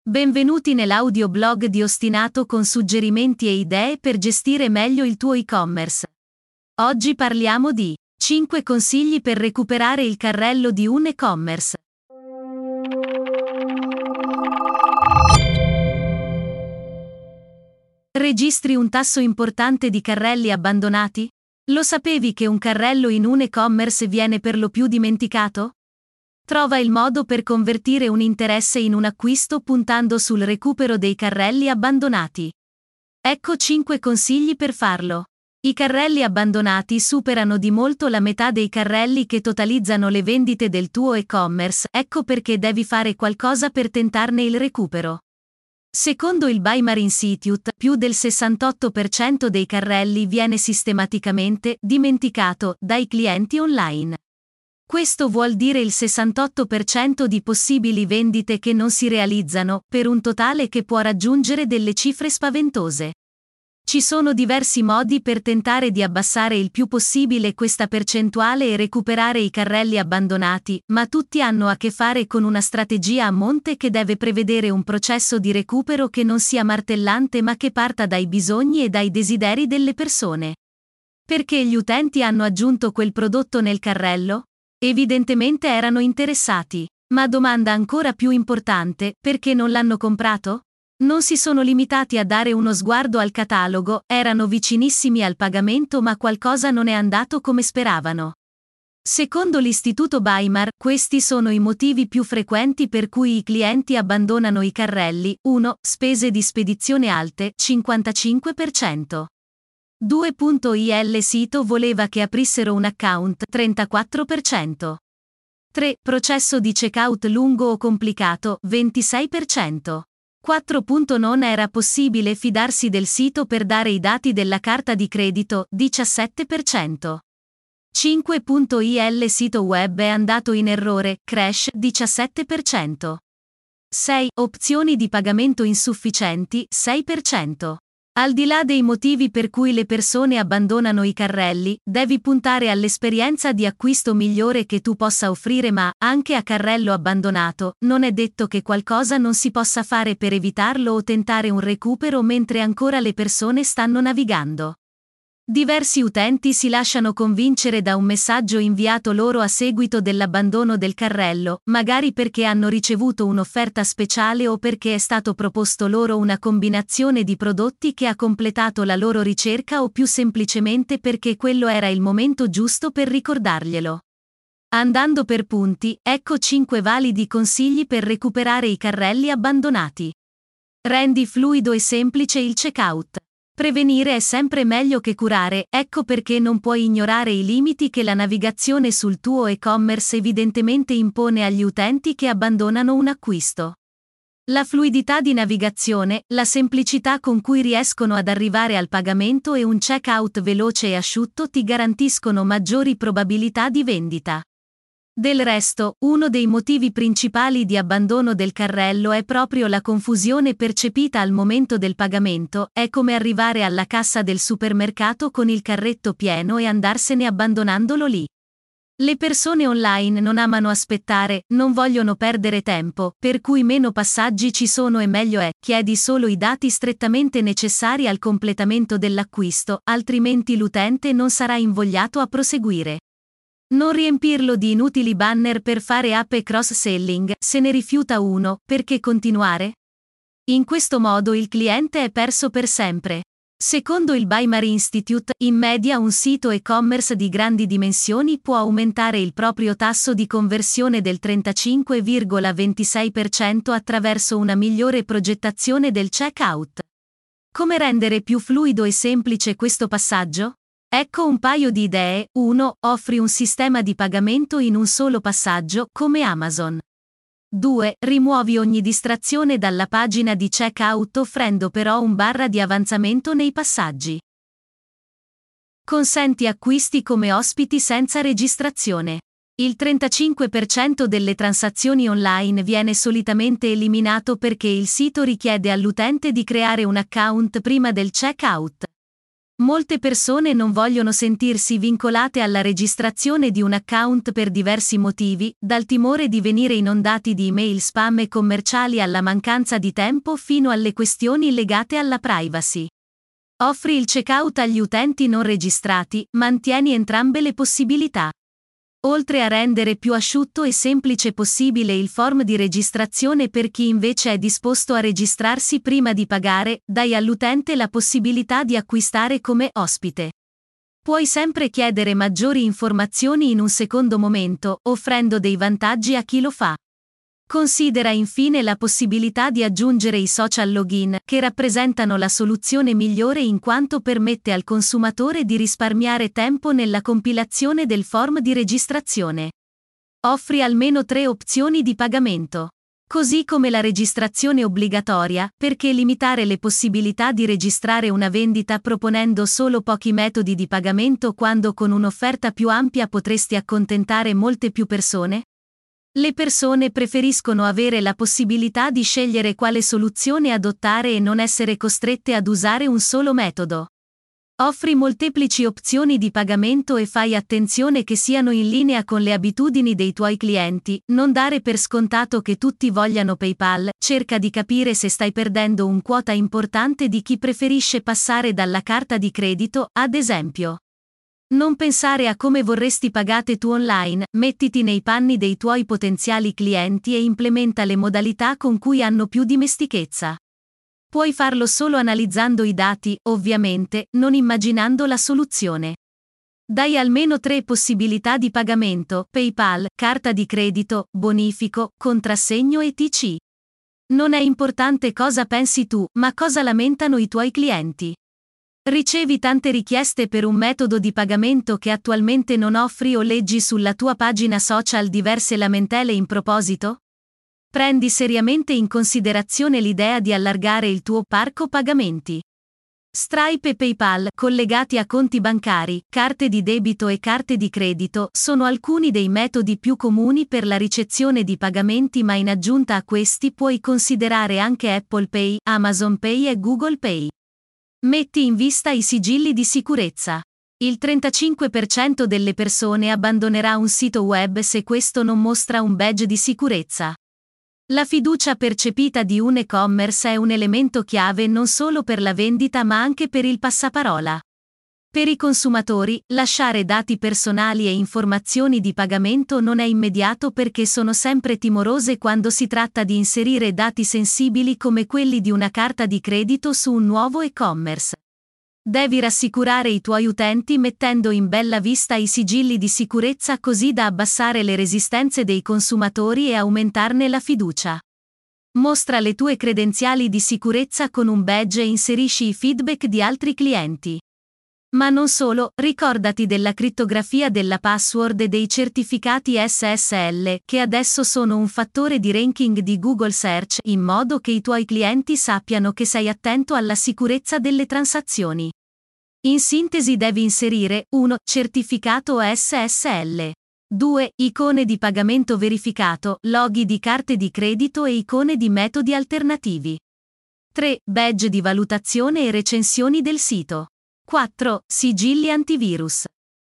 Benvenuti nell'audioblog di Ostinato con suggerimenti e idee per gestire meglio il tuo e-commerce. Oggi parliamo di 5 consigli per recuperare il carrello di un e-commerce. Registri un tasso importante di carrelli abbandonati? Lo sapevi che un carrello in un e-commerce viene per lo più dimenticato? Trova il modo per convertire un interesse in un acquisto puntando sul recupero dei carrelli abbandonati. Ecco 5 consigli per farlo. I carrelli abbandonati superano di molto la metà dei carrelli che totalizzano le vendite del tuo e-commerce, ecco perché devi fare qualcosa per tentarne il recupero. Secondo il Weimar Institute, più del 68% dei carrelli viene sistematicamente dimenticato dai clienti online. Questo vuol dire il 68% di possibili vendite che non si realizzano, per un totale che può raggiungere delle cifre spaventose. Ci sono diversi modi per tentare di abbassare il più possibile questa percentuale e recuperare i carrelli abbandonati, ma tutti hanno a che fare con una strategia a monte che deve prevedere un processo di recupero che non sia martellante ma che parta dai bisogni e dai desideri delle persone. Perché gli utenti hanno aggiunto quel prodotto nel carrello? Evidentemente erano interessati. Ma domanda ancora più importante, perché non l'hanno comprato? Non si sono limitati a dare uno sguardo al catalogo, erano vicinissimi al pagamento ma qualcosa non è andato come speravano. Secondo l'istituto Weimar, questi sono i motivi più frequenti per cui i clienti abbandonano i carrelli. 1. Spese di spedizione alte, 55%. 2.il sito voleva che aprissero un account, 34%. 3. Processo di checkout lungo o complicato, 26%. 4. Non era possibile fidarsi del sito per dare i dati della carta di credito, 17%. 5.il sito web è andato in errore, crash, 17%. 6. Opzioni di pagamento insufficienti, 6%. Al di là dei motivi per cui le persone abbandonano i carrelli, devi puntare all'esperienza di acquisto migliore che tu possa offrire, ma, anche a carrello abbandonato, non è detto che qualcosa non si possa fare per evitarlo o tentare un recupero mentre ancora le persone stanno navigando. Diversi utenti si lasciano convincere da un messaggio inviato loro a seguito dell'abbandono del carrello, magari perché hanno ricevuto un'offerta speciale o perché è stato proposto loro una combinazione di prodotti che ha completato la loro ricerca o più semplicemente perché quello era il momento giusto per ricordarglielo. Andando per punti, ecco 5 validi consigli per recuperare i carrelli abbandonati. Rendi fluido e semplice il checkout. Prevenire è sempre meglio che curare, ecco perché non puoi ignorare i limiti che la navigazione sul tuo e-commerce evidentemente impone agli utenti che abbandonano un acquisto. La fluidità di navigazione, la semplicità con cui riescono ad arrivare al pagamento e un checkout veloce e asciutto ti garantiscono maggiori probabilità di vendita. Del resto, uno dei motivi principali di abbandono del carrello è proprio la confusione percepita al momento del pagamento, è come arrivare alla cassa del supermercato con il carretto pieno e andarsene abbandonandolo lì. Le persone online non amano aspettare, non vogliono perdere tempo, per cui meno passaggi ci sono e meglio è, chiedi solo i dati strettamente necessari al completamento dell'acquisto, altrimenti l'utente non sarà invogliato a proseguire. Non riempirlo di inutili banner per fare app e cross-selling, se ne rifiuta uno, perché continuare? In questo modo il cliente è perso per sempre. Secondo il Weimar Institute, in media un sito e-commerce di grandi dimensioni può aumentare il proprio tasso di conversione del 35,26% attraverso una migliore progettazione del checkout. Come rendere più fluido e semplice questo passaggio? Ecco un paio di idee. 1. Offri un sistema di pagamento in un solo passaggio, come Amazon. 2. Rimuovi ogni distrazione dalla pagina di checkout offrendo però un barra di avanzamento nei passaggi. Consenti acquisti come ospiti senza registrazione. Il 35% delle transazioni online viene solitamente eliminato perché il sito richiede all'utente di creare un account prima del checkout. Molte persone non vogliono sentirsi vincolate alla registrazione di un account per diversi motivi, dal timore di venire inondati di email spam e commerciali alla mancanza di tempo fino alle questioni legate alla privacy. Offri il checkout agli utenti non registrati, mantieni entrambe le possibilità. Oltre a rendere più asciutto e semplice possibile il form di registrazione per chi invece è disposto a registrarsi prima di pagare, dai all'utente la possibilità di acquistare come ospite. Puoi sempre chiedere maggiori informazioni in un secondo momento, offrendo dei vantaggi a chi lo fa. Considera infine la possibilità di aggiungere i social login, che rappresentano la soluzione migliore in quanto permette al consumatore di risparmiare tempo nella compilazione del form di registrazione. Offri almeno 3 opzioni di pagamento. Così come la registrazione obbligatoria, perché limitare le possibilità di registrare una vendita proponendo solo pochi metodi di pagamento quando con un'offerta più ampia potresti accontentare molte più persone? Le persone preferiscono avere la possibilità di scegliere quale soluzione adottare e non essere costrette ad usare un solo metodo. Offri molteplici opzioni di pagamento e fai attenzione che siano in linea con le abitudini dei tuoi clienti, non dare per scontato che tutti vogliano PayPal, cerca di capire se stai perdendo un quota importante di chi preferisce passare dalla carta di credito, ad esempio. Non pensare a come vorresti pagate tu online, mettiti nei panni dei tuoi potenziali clienti e implementa le modalità con cui hanno più dimestichezza. Puoi farlo solo analizzando i dati, ovviamente, non immaginando la soluzione. Dai almeno 3 possibilità di pagamento: PayPal, carta di credito, bonifico, contrassegno etc. Non è importante cosa pensi tu, ma cosa lamentano i tuoi clienti. Ricevi tante richieste per un metodo di pagamento che attualmente non offri o leggi sulla tua pagina social diverse lamentele in proposito? Prendi seriamente in considerazione l'idea di allargare il tuo parco pagamenti. Stripe e PayPal, collegati a conti bancari, carte di debito e carte di credito, sono alcuni dei metodi più comuni per la ricezione di pagamenti, ma in aggiunta a questi puoi considerare anche Apple Pay, Amazon Pay e Google Pay. Metti in vista i sigilli di sicurezza. Il 35% delle persone abbandonerà un sito web se questo non mostra un badge di sicurezza. La fiducia percepita di un e-commerce è un elemento chiave non solo per la vendita ma anche per il passaparola. Per i consumatori, lasciare dati personali e informazioni di pagamento non è immediato perché sono sempre timorose quando si tratta di inserire dati sensibili come quelli di una carta di credito su un nuovo e-commerce. Devi rassicurare i tuoi utenti mettendo in bella vista i sigilli di sicurezza così da abbassare le resistenze dei consumatori e aumentarne la fiducia. Mostra le tue credenziali di sicurezza con un badge e inserisci i feedback di altri clienti. Ma non solo, ricordati della crittografia della password e dei certificati SSL, che adesso sono un fattore di ranking di Google Search, in modo che i tuoi clienti sappiano che sei attento alla sicurezza delle transazioni. In sintesi devi inserire 1. Certificato SSL. 2. Icone di pagamento verificato, loghi di carte di credito e icone di metodi alternativi. 3. Badge di valutazione e recensioni del sito. 4. Sigilli antivirus.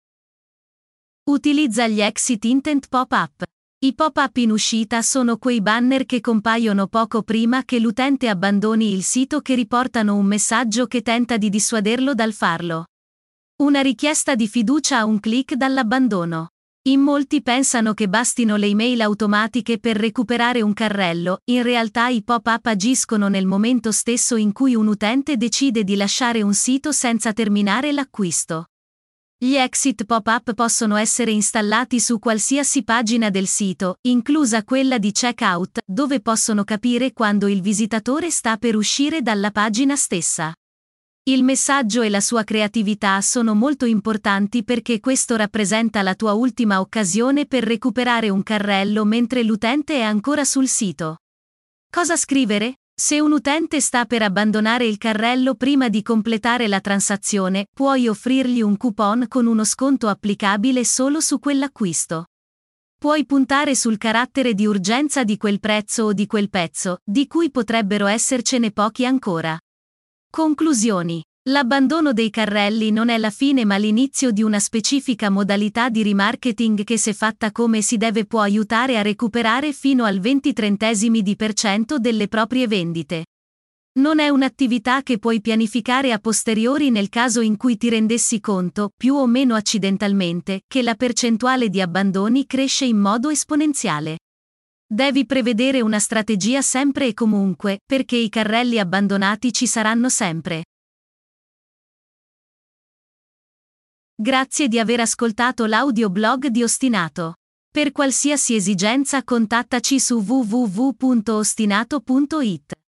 Utilizza gli exit intent pop-up. I pop-up in uscita sono quei banner che compaiono poco prima che l'utente abbandoni il sito che riportano un messaggio che tenta di dissuaderlo dal farlo. Una richiesta di fiducia a un click dall'abbandono. In molti pensano che bastino le email automatiche per recuperare un carrello, in realtà i pop-up agiscono nel momento stesso in cui un utente decide di lasciare un sito senza terminare l'acquisto. Gli exit pop-up possono essere installati su qualsiasi pagina del sito, inclusa quella di checkout, dove possono capire quando il visitatore sta per uscire dalla pagina stessa. Il messaggio e la sua creatività sono molto importanti perché questo rappresenta la tua ultima occasione per recuperare un carrello mentre l'utente è ancora sul sito. Cosa scrivere? Se un utente sta per abbandonare il carrello prima di completare la transazione, puoi offrirgli un coupon con uno sconto applicabile solo su quell'acquisto. Puoi puntare sul carattere di urgenza di quel prezzo o di quel pezzo, di cui potrebbero essercene pochi ancora. Conclusioni. L'abbandono dei carrelli non è la fine ma l'inizio di una specifica modalità di remarketing che, se fatta come si deve, può aiutare a recuperare fino al 20-30% delle proprie vendite. Non è un'attività che puoi pianificare a posteriori nel caso in cui ti rendessi conto, più o meno accidentalmente, che la percentuale di abbandoni cresce in modo esponenziale. Devi prevedere una strategia sempre e comunque, perché i carrelli abbandonati ci saranno sempre. Grazie di aver ascoltato l'audioblog di Ostinato. Per qualsiasi esigenza contattaci su www.ostinato.it.